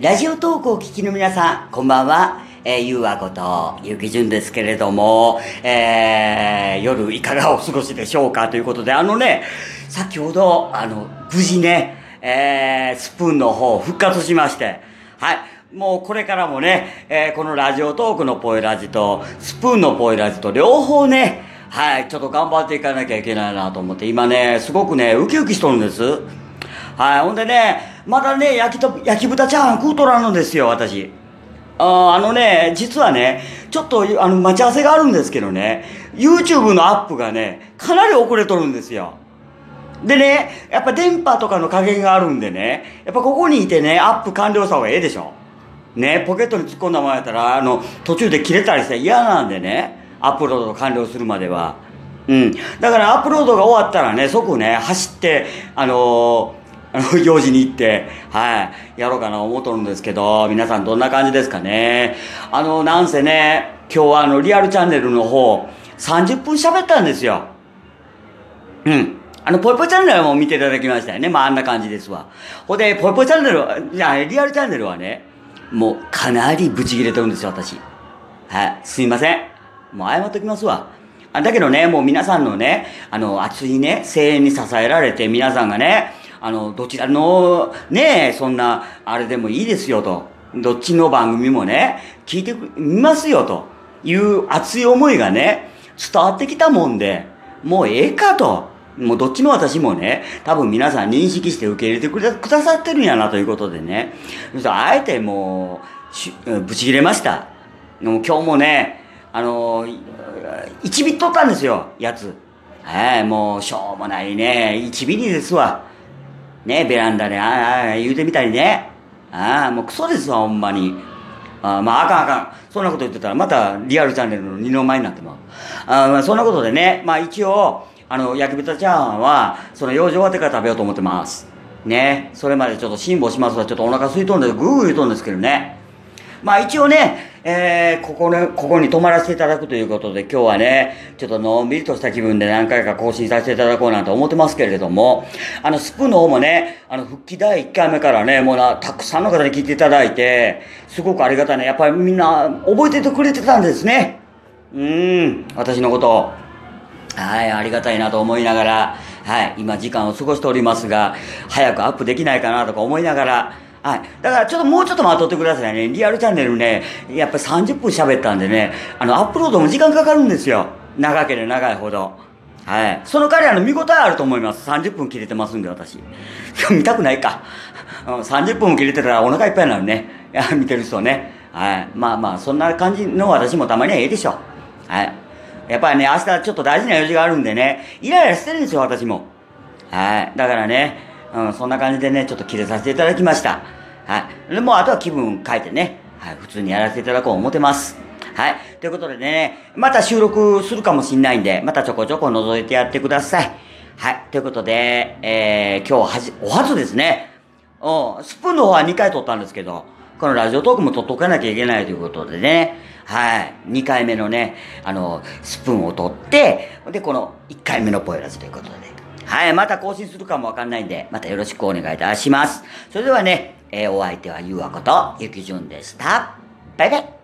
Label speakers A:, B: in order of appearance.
A: ラジオトークをお聞きの皆さん、こんばんは。ゆうあことゆきじゅんですけれども、夜いかがお過ごしでしょうかということで、先ほど、無事ね、スプーンの方復活しまして、はい。もうこれからもね、このラジオトークのポイラジと、スプーンのポイラジと両方ね、はい、ちょっと頑張っていかなきゃいけないなと思って、今ね、すごくね、ウキウキしとるんです。はい、ほんでね、まだね、焼き豚チャーハン食うとらんのですよ、私。実はね、ちょっと、待ち合わせがあるんですけどね、YouTube のアップがね、かなり遅れとるんですよ。でね、やっぱ電波とかの加減があるんでね、やっぱここにいてね、アップ完了した方がええでしょ。ね、ポケットに突っ込んだままやったら、途中で切れたりして嫌なんでね、アップロード完了するまでは。うん。だからアップロードが終わったらね、即ね、走って、用事に行って、はい、やろうかな思っとるんですけど、皆さんどんな感じですかね。なんせね、今日はリアルチャンネルの方、30分喋ったんですよ。うん。ぽいぽいチャンネルも見ていただきましたよね。まあ、あんな感じですわ。ほんで、ぽいぽいチャンネルは、リアルチャンネルはね、もうかなりブチ切れてるんですよ、私。はい、すいません。もう謝っときますわ。だけどね、もう皆さんのね、熱いね、声援に支えられて、皆さんがね、どちらの、ね、そんな、あれでもいいですよと。どっちの番組もね、聞いてみますよという熱い思いがね、伝わってきたもんで、もうええかと。もうどっちの私もね、多分皆さん認識して受け入れてくださってるんやなということでね。あえてもう、ぶち切れました。もう今日もね、1ビットったんですよ、やつ。はい、もうしょうもないね、1ビリですわ。ね、ベランダで、言うてみたりね。もうクソですわ、ほんまに。あかん。そんなこと言ってたら、またリアルチャンネルの二の舞になってまう。そんなことでね、一応、焼き豚チャーハンは、その用事終わってから食べようと思ってます。ね、それまでちょっと辛抱しますわ。ちょっとお腹空いとんで、ぐーぐー言うとんですけどね。一応ね、ここに泊まらせていただくということで、今日はね、ちょっとのんびりとした気分で何回か更新させていただこうなんて思ってますけれども、スプーンの方もね、復帰第1回目からね、もうたくさんの方に聞いていただいて、すごくありがたいね。やっぱりみんな覚えててくれてたんですね。私のこと。はい、ありがたいなと思いながら、はい、今時間を過ごしておりますが、早くアップできないかなとか思いながら、はい。だからもうちょっと待っとってくださいね。リアルチャンネルね、やっぱり30分喋ったんでね、アップロードも時間かかるんですよ。長ければ長いほど。はい。その代わり見応えあると思います。30分切れてますんで、私。見たくないか。30分も切れてたらお腹いっぱいになるね。いや、見てる人ね。はい。そんな感じの私もたまにはええでしょ。はい。やっぱりね、明日ちょっと大事な用事があるんでね、イライラしてるんですよ、私も。はい。だからね、そんな感じでね、ちょっと切れさせていただきました。はい。でもうあとは気分変えてね、はい、普通にやらせていただこう思ってます。はい。ということでね、また収録するかもしんないんで、またちょこちょこ覗いてやってください。はい。ということで、今日お初ですね。スプーンの方は2回撮ったんですけど、このラジオトークも撮っとかなきゃいけないということでね、はい。2回目のね、スプーンを取って、で、この1回目のポイラジということで、はい。また更新するかもわかんないんで、またよろしくお願いいたします。それではね、お相手はゆうあことゆきじゅんでした。バイバイ。